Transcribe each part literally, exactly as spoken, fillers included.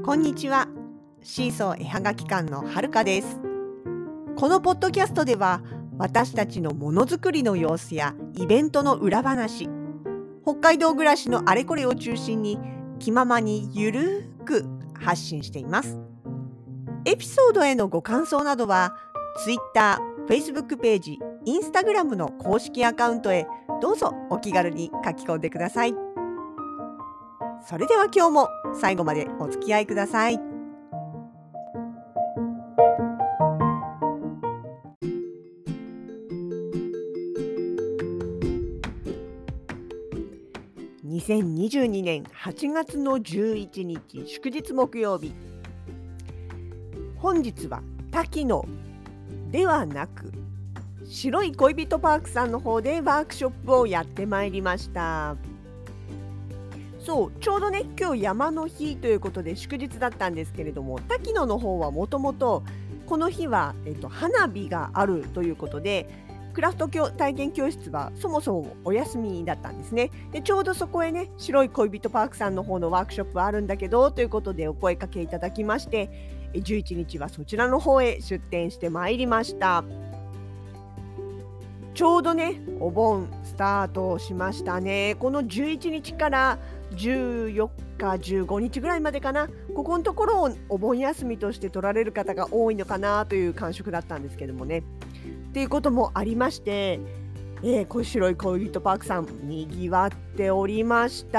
こんにちは。シーソー絵はがき館のはるかです。このポッドキャストでは、私たちのものづくりの様子やイベントの裏話、北海道暮らしのあれこれを中心に気ままにゆるーく発信しています。エピソードへのご感想などは Twitter、Facebook ページ、Instagram の公式アカウントへどうぞお気軽に書き込んでください。それでは今日も最後までお付き合いください。にせんにじゅうにねんはちがつのじゅういちにち祝日木曜日。本日は滝野ではなく白い恋人パークさんの方でワークショップをやってまいりました。そうちょうどね今日山の日ということで祝日だったんですけれども、滝野の方はもともとこの日は、えっと、花火があるということでクラフト教体験教室はそもそもお休みだったんですね。でちょうどそこへね白い恋人パークさんの方のワークショップあるんだけどということでお声かけいただきまして、じゅういちにちはそちらの方へ出店してまいりました。ちょうどねお盆スタートしましたね。このじゅういちにちからじゅうよっかじゅうごにちぐらいまでかな、ここのところをお盆休みとして取られる方が多いのかなという感触だったんですけどもね。っていうこともありまして、えー、こ白い恋人パークさんにぎわっておりました。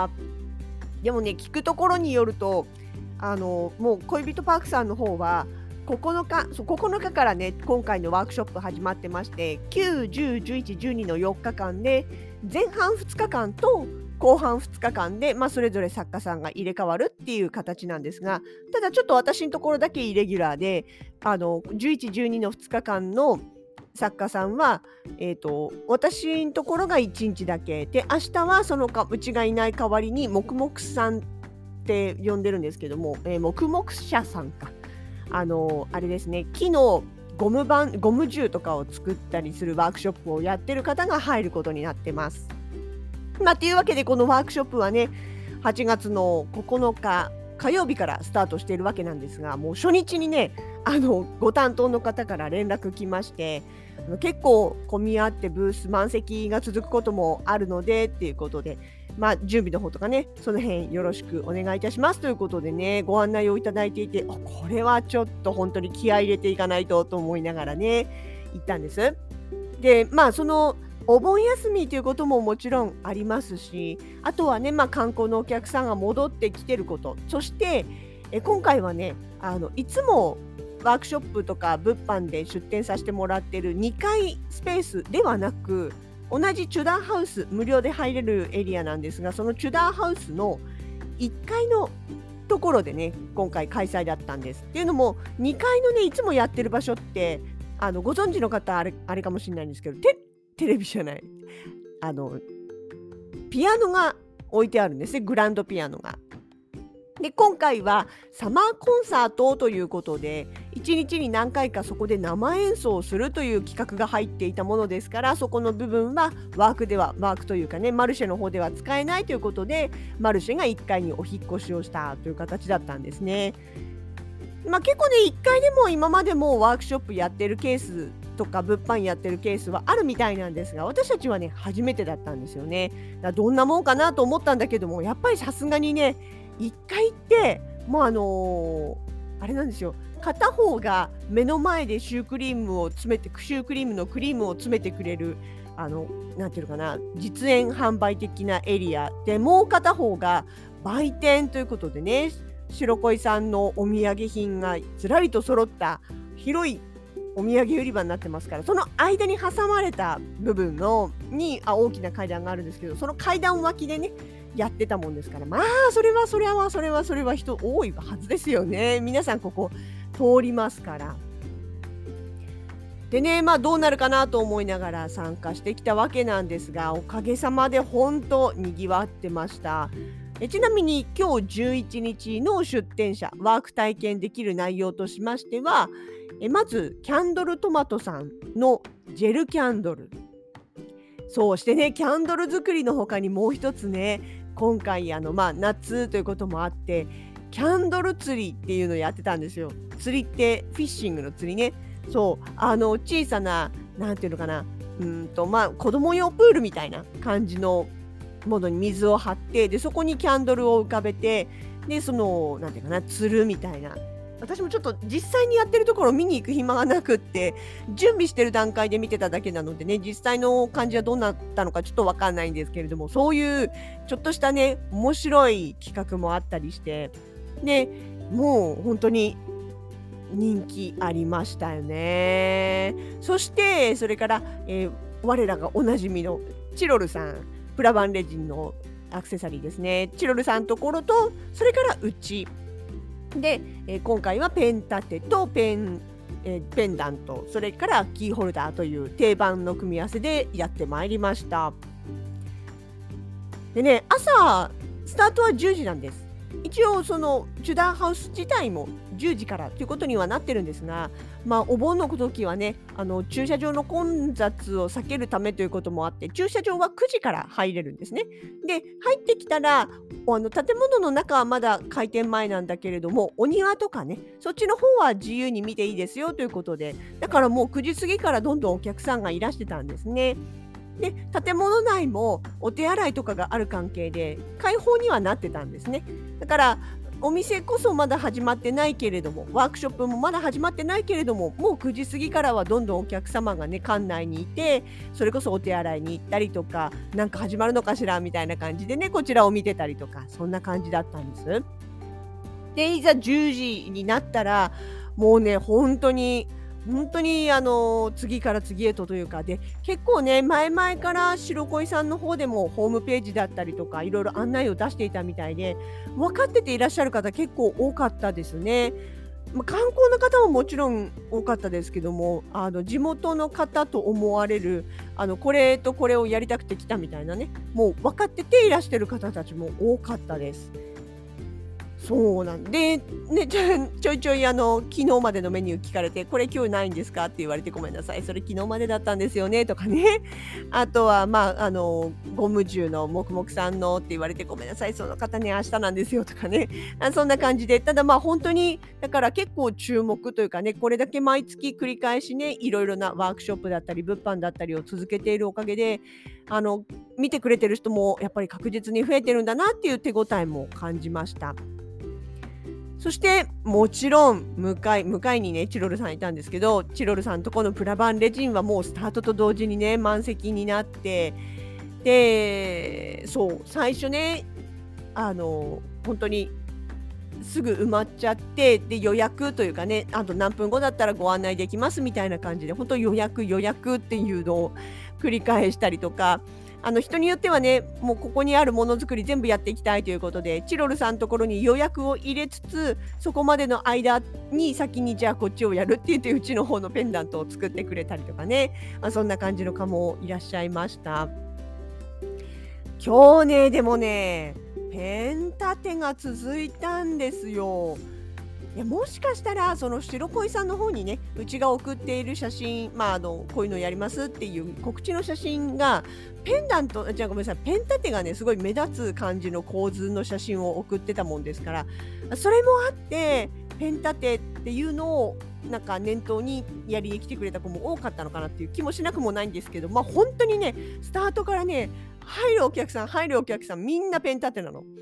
でもね聞くところによるとあのもう恋人パークさんの方はここのかそうここのかからね今回のワークショップ始まってまして、きゅう、じゅう、じゅういち、じゅうにのよっかかんで前半ふつかかんと後半ふつかかんで、まあ、それぞれ作家さんが入れ替わるっていう形なんですが、ただちょっと私のところだけイレギュラーであのじゅういち、じゅうにのふつかかんの作家さんは、えーと、私のところがいちにちだけで、明日はそのかうちがいない代わりに黙々さんって呼んでるんですけども、えー、黙々社さんかあのあれですね、木のゴム板ゴム銃とかを作ったりするワークショップをやってる方が入ることになってます。まあ、というわけでこのワークショップはねはちがつのここのか火曜日からスタートしているわけなんですが、もう初日にねあのご担当の方から連絡来まして、結構混み合ってブース満席が続くこともあるのでっていうことで、まあ、準備の方とかねその辺よろしくお願いいたしますということでねご案内をいただいていて、これはちょっと本当に気合い入れていかないとと思いながらね行ったんです。でまあそのお盆休みということももちろんありますし、あとはね、まあ、観光のお客さんが戻ってきてること、そしてえ今回はねあのいつもワークショップとか物販で出店させてもらってるにかいスペースではなく、同じチュダーハウス無料で入れるエリアなんですが、そのチュダーハウスのいっかいのところでね今回開催だったんです。っていうのもにかいのねいつもやってる場所ってあのご存知の方あれあれかもしれないんですけど、テテレビじゃないあのピアノが置いてあるんですね、グランドピアノが。で今回はサマーコンサートということでいちにちに何回かそこで生演奏をするという企画が入っていたものですから、そこの部分はワークではワークというかねマルシェの方では使えないということで、マルシェがいっかいにお引っ越しをしたという形だったんですね。まあ、結構ねいっかいでも今までもワークショップやってるケースとか物販やってるケースはあるみたいなんですが、私たちはね初めてだったんですよね。だからどんなもんかなと思ったんだけども、やっぱりさすがにねいっかい行ってもうあのー、あれなんですよ、片方が目の前でシュークリームを詰めてシュークリームのクリームを詰めてくれるあのなんていうのかな実演販売的なエリアで、もう片方が売店ということでね白恋さんのお土産品がずらりと揃った広いお土産売り場になってますから、その間に挟まれた部分のにあ大きな階段があるんですけど、その階段脇でねやってたもんですから、まあそれはそれはそれはそれは人多いはずですよね。皆さんここ通りますから。でねまあどうなるかなと思いながら参加してきたわけなんですが、おかげさまで本当にぎわってました。えちなみに今日じゅういちにちの出店者ワーク体験できる内容としましては、えまずキャンドルトマトさんのジェルキャンドル、そうしてねキャンドル作りの他にもう一つね今回あの、まあ、夏ということもあってキャンドル釣りっていうのをやってたんですよ。釣りってフィッシングの釣りね。そう、あの小さな、なんていうのかな、うーんとまあ子供用プールみたいな感じのものに水を張って、でそこにキャンドルを浮かべて、でそのなんていうかな、釣るみたいな。私もちょっと実際にやってるところを見に行く暇がなくって、準備してる段階で見てただけなのでね、実際の感じはどうなったのかちょっとわかんないんですけれども、そういうちょっとしたね、面白い企画もあったりして、で、もう本当に人気ありましたよね。そして、それから、えー我らがおなじみのチロルさん、プラバンレジンのアクセサリーですね。チロルさんところと、それからうち。で、えー今回はペン立てとペン、えーペンダント、それからキーホルダーという定番の組み合わせでやってまいりました。でね、朝、スタートはじゅうじなんです。一応、その、ジュダーハウス自体もじゅうじからということにはなってるんですが、まあ、お盆の時はね、あの、駐車場の混雑を避けるためということもあって、駐車場はくじから入れるんですね。で、入ってきたら、あの、建物の中はまだ開店前なんだけれども、お庭とかね、そっちの方は自由に見ていいですよということで、だからもうくじ過ぎからどんどんお客さんがいらしてたんですね。で、建物内もお手洗いとかがある関係で開放にはなってたんですね。だからお店こそまだ始まってないけれども、ワークショップもまだ始まってないけれども、もうくじ過ぎからはどんどんお客様がね、館内にいて、それこそお手洗いに行ったりとか、なんか始まるのかしらみたいな感じでね、こちらを見てたりとか、そんな感じだったんです。で、いざじゅうじになったら、もうね、本当に本当にあの、次から次へとというか、で、結構ね、前々から白恋さんの方でもホームページだったりとか、いろいろ案内を出していたみたいで、分かってていらっしゃる方結構多かったですね。ま、観光の方ももちろん多かったですけども、あの、地元の方と思われる、あの、これとこれをやりたくて来たみたいなね、もう分かってていらしてる方たちも多かったです。そうなんで、ね、ちょちょいちょいあの、昨日までのメニュー聞かれて、これ今日ないんですかって言われて、ごめんなさい、それ昨日までだったんですよねとかね。あとは、まあ、あの、ゴム銃の黙々さんのって言われて、ごめんなさい、その方ね、明日なんですよとかね。あ、そんな感じで、ただまあ本当に、だから結構注目というかね、これだけ毎月繰り返しね、いろいろなワークショップだったり、物販だったりを続けているおかげで、あの、見てくれてる人もやっぱり確実に増えてるんだなっていう手応えも感じました。そして、もちろん、向かい向かいにね、チロルさんいたんですけど、チロルさんとこのプラバンレジンはもうスタートと同時にね、満席になって、で、そう、最初ね、あの、本当にすぐ埋まっちゃって、で、予約というかね、あと何分後だったらご案内できますみたいな感じで、本当予約予約っていうのを繰り返したりとか、あの、人によってはね、もうここにあるものづくり全部やっていきたいということで、チロルさんのところに予約を入れつつ、そこまでの間に先にじゃあこっちをやるって言って、うちの方のペンダントを作ってくれたりとかね、まあ、そんな感じの方もいらっしゃいました。今日ね、でもね、ペン立てが続いたんですよ。いや、もしかしたら、その白恋さんの方にね、うちが送っている写真、まあ、あの、こういうのやりますっていう告知の写真が、ペンダント、じゃあごめんなさい、ペン立てがね、すごい目立つ感じの構図の写真を送ってたもんですから、それもあって、ペン立てっていうのを、なんか念頭にやりに来てくれた子も多かったのかなっていう気もしなくもないんですけど、まあ本当にね、スタートからね、入るお客さん、入るお客さん、みんなペン立てなの。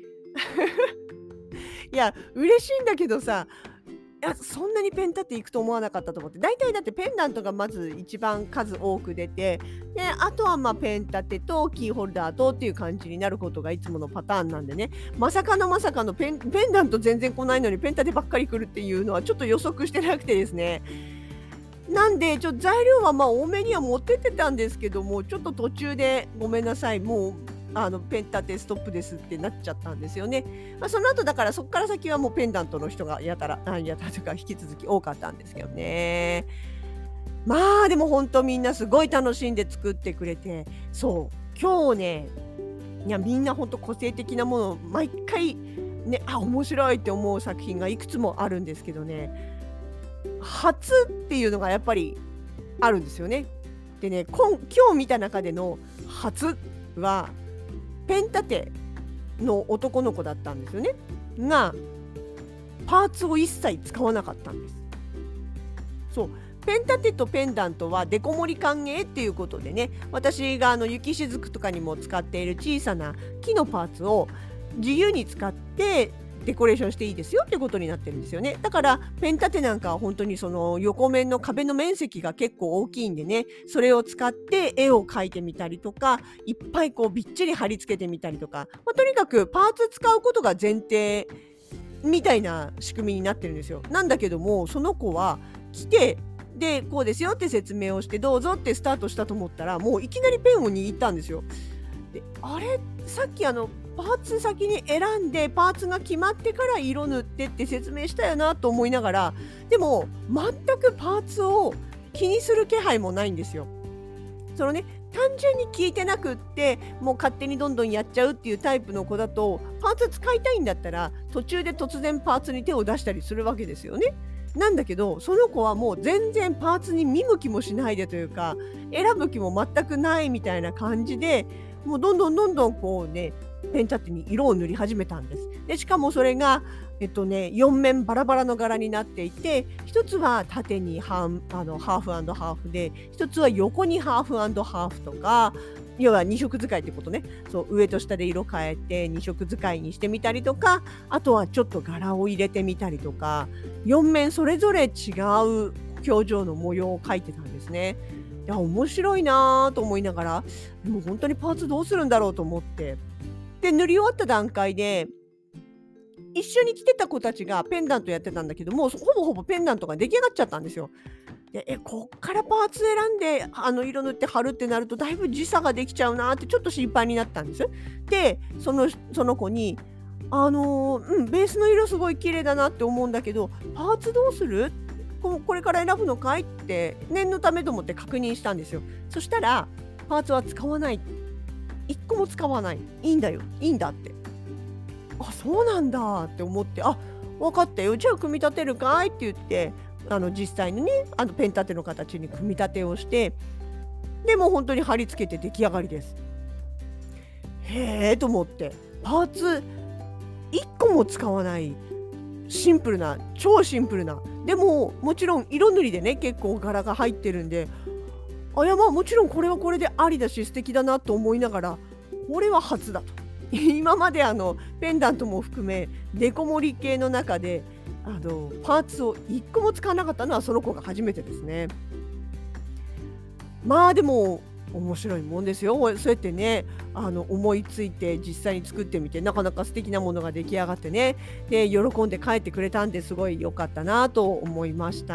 いや、嬉しいんだけどさ、いや、そんなにペン立て行くと思わなかったと思って。大体だってペンダントがまず一番数多く出て、で、あとはまあペン立てとキーホルダーとっていう感じになることがいつものパターンなんでね、まさかのまさかのペンペンダント全然来ないのにペン立てばっかり来るっていうのはちょっと予測してなくてですね。なんで、ちょっと材料はまあ多めには持ってってたんですけども、ちょっと途中でごめんなさい、もうあのペン立てストップですってなっちゃったんですよね。まあ、その後だからそこから先はもうペンダントの人がやたら、あ、やたらというか引き続き多かったんですけどね。まあでも本当みんなすごい楽しんで作ってくれて、そう、今日ね、いやみんな本当個性的なものを毎回ね、あ、面白いって思う作品がいくつもあるんですけどね、初っていうのがやっぱりあるんですよね。でね、こん今日見た中での初は、ペン立ての男の子だったんですよね。が、 パーツを一切使わなかったんです。そう、ペン立てとペンダントはデコ盛り歓迎っていうことでね、私があの雪しずくとかにも使っている小さな木のパーツを自由に使ってデコレーションしていいですよってことになってるんですよね。だからペン立てなんかは本当にその横面の壁の面積が結構大きいんでね、それを使って絵を描いてみたりとか、いっぱいこうびっちり貼り付けてみたりとか、まあ、とにかくパーツ使うことが前提みたいな仕組みになってるんですよ。なんだけども、その子は来て、でこうですよって説明をしてどうぞってスタートしたと思ったら、もういきなりペンを握ったんですよ。で、あれ、さっきあのパーツ先に選んでパーツが決まってから色塗ってって説明したよなと思いながら、でも全くパーツを気にする気配もないんですよ。そのね、単純に聞いてなくって、もう勝手にどんどんやっちゃうっていうタイプの子だと、パーツ使いたいんだったら途中で突然パーツに手を出したりするわけですよね。なんだけど、その子はもう全然パーツに見向きもしないでというか、選ぶ気も全くないみたいな感じで、もうどんどんどんどんこうね、ペン立てに色を塗り始めたんです。で、しかもそれが、えっとね、よん面バラバラの柄になっていて、一つは縦に半あのハーフ&ハーフで、一つは横にハーフ&ハーフとか、要はに色使いってことね。そう、上と下で色変えてに色使いにしてみたりとか、あとはちょっと柄を入れてみたりとか、よん面それぞれ違う表情の模様を描いてたんですね。いや、面白いなと思いながら、でも本当にパーツどうするんだろうと思って。で、塗り終わった段階で、一緒に来てた子たちがペンダントやってたんだけども、ほぼほぼペンダントが出来上がっちゃったんですよ。で、え、こっからパーツ選んで、あの、色塗って貼るってなるとだいぶ時差ができちゃうなってちょっと心配になったんです。で、そのその子に、あの、うん、ベースの色すごい綺麗だなって思うんだけど、パーツどうする？ここれから選ぶのかい？って念のためと思って確認したんですよ。そしたら、パーツは使わない。いっこも使わない。いいんだよ。いいんだって。あ、そうなんだって思って、あ、分かったよ。じゃあ組み立てるかいって言って、あの実際にね、あのペン立ての形に組み立てをして、でもう本当に貼り付けて出来上がりです。へえと思って、パーツいっこも使わない、シンプルな、超シンプルな、でももちろん色塗りでね、結構柄が入ってるんで、あ、いや、まあもちろんこれはこれでありだし素敵だなと思いながら、これは初だと。今まであのペンダントも含めデコ盛り系の中で、あのパーツをいっこも使わなかったのはその子が初めてですね。まあでも面白いもんですよ。そうやってね、あの思いついて実際に作ってみて、なかなか素敵なものが出来上がってね、で喜んで帰ってくれたんですごい良かったなと思いました。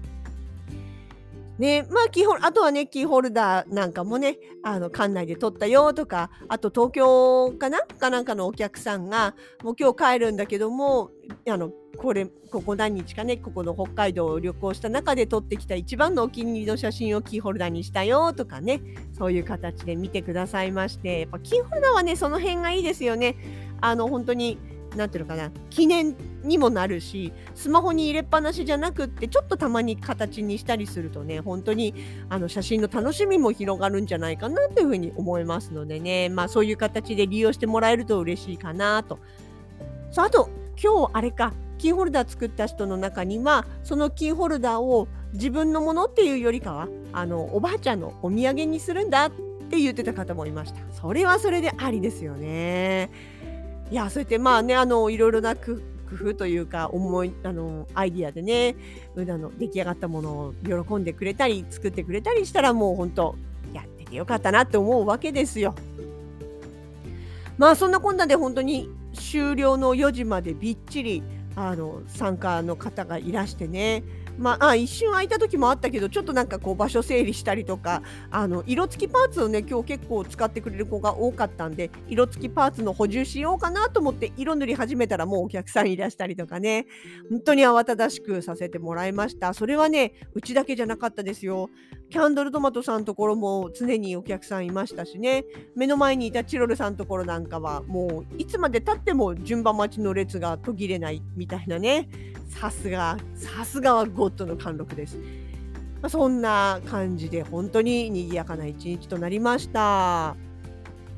ね、まあ、キーホルあとはね、キーホルダーなんかもね、あの、館内で撮ったよとか、あと東京かなかなんかのお客さんが、もう今日帰るんだけども、あの、これ、ここ何日かね、ここの北海道を旅行した中で撮ってきた一番のお気に入りの写真をキーホルダーにしたよとかね、そういう形で見てくださいまして、やっぱキーホルダーはね、その辺がいいですよね。あの、本当になんていうのかな、記念にもなるし、スマホに入れっぱなしじゃなくって、ちょっとたまに形にしたりするとね、本当にあの写真の楽しみも広がるんじゃないかなというふうに思いますのでね、まあそういう形で利用してもらえると嬉しいかなと。そう、あと今日あれか、キーホルダー作った人の中には、そのキーホルダーを自分のものっていうよりかは、あのおばあちゃんのお土産にするんだって言ってた方もいました。それはそれでありですよね。いや、そうやってまあね、あのいろいろな工工夫というか、思いあのアイディアでね、あの出来上がったものを喜んでくれたり、作ってくれたりしたら、もう本当やっててよかったなって思うわけですよ。まあそんなこんなで本当に終了のよじまでびっちりあの参加の方がいらしてね。まあ、あ一瞬空いた時もあったけど、ちょっとなんかこう場所整理したりとか、あの色付きパーツをね、今日結構使ってくれる子が多かったんで、色付きパーツの補充しようかなと思って色塗り始めたら、もうお客さんいらしたりとかね、本当に慌ただしくさせてもらいました。それはね、うちだけじゃなかったですよ。キャンドルトマトさんのところも常にお客さんいましたしね、目の前にいたチロルさんのところなんかは、もういつまで経っても順番待ちの列が途切れないみたいなね。さすが、さすがはゴッドの貫禄です。まあ、そんな感じで本当に賑やかな一日となりました。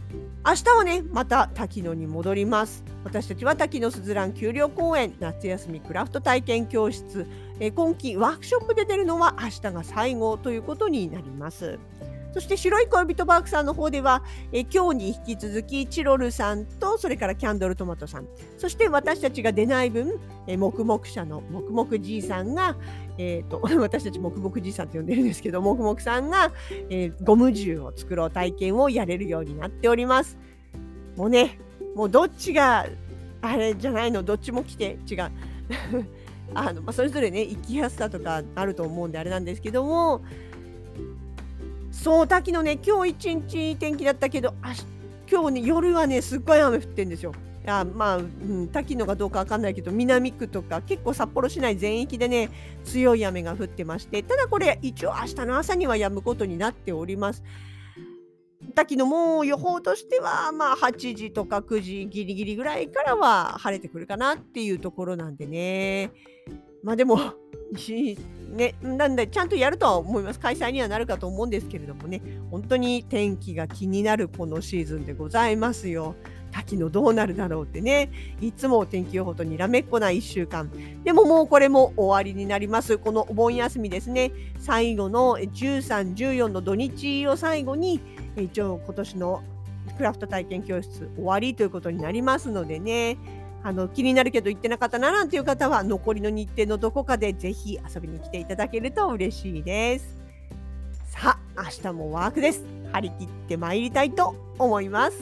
明日はね、また滝野に戻ります。私たちは滝野すずらん丘陵公園夏休みクラフト体験教室、えー今期ワークショップで出るのは明日が最後ということになります。そして白い恋人パークさんの方では、えー今日に引き続きチロルさんとそれからキャンドルトマトさん、そして私たちが出ない分、えー黙々者の黙々じいさんが、えーと私たち黙々じいさんって呼んでるんですけど、黙々さんが、えーゴム銃を作ろう体験をやれるようになっております。もうね、もうどっちがあれじゃないの、どっちも来て違う。あのまあ、それぞれね、生きやすさとかあると思うんであれなんですけども、そう、滝のね、今日一日天気だったけど、あし今日ね、夜はね、すっごい雨降ってんですよ。あまあ、うん、滝のがどうかわかんないけど、南区とか結構札幌市内全域でね、強い雨が降ってまして、ただこれ一応明日の朝には止むことになっております。滝のもう予報としては、まあはちじとかくじギリギリぐらいからは晴れてくるかなっていうところなんでね。まあでも、しね、なんでちゃんとやるとは思います。開催にはなるかと思うんですけれどもね、本当に天気が気になるこのシーズンでございますよ。滝のどうなるだろうってね、いつも天気予報とにらめっこないっしゅうかん。でももうこれも終わりになります。このお盆休みですね。最後のじゅうさん、じゅうよんの土日を最後に、え一応今年のクラフト体験教室終わりということになりますのでね、あの気になるけど行ってなかったななんていう方は残りの日程のどこかでぜひ遊びに来ていただけると嬉しいです。さあ、明日もワークです。張り切って参りたいと思います。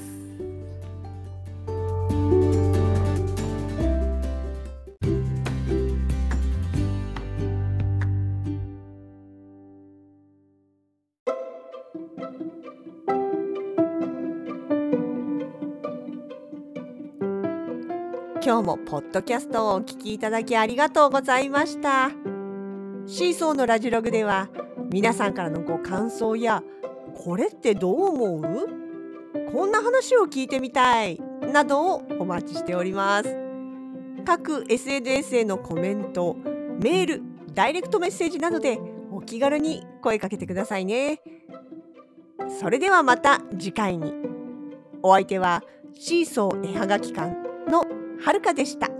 今日もポッドキャストをお聞きいただきありがとうございました。シーソーのラジログでは皆さんからのご感想やこれってどう思う？こんな話を聞いてみたいなどをお待ちしております。各 エスエヌエス へのコメント、メール、ダイレクトメッセージなどでお気軽に声かけてくださいね。それではまた次回に。お相手はシーソー絵はがき館のはるかでした。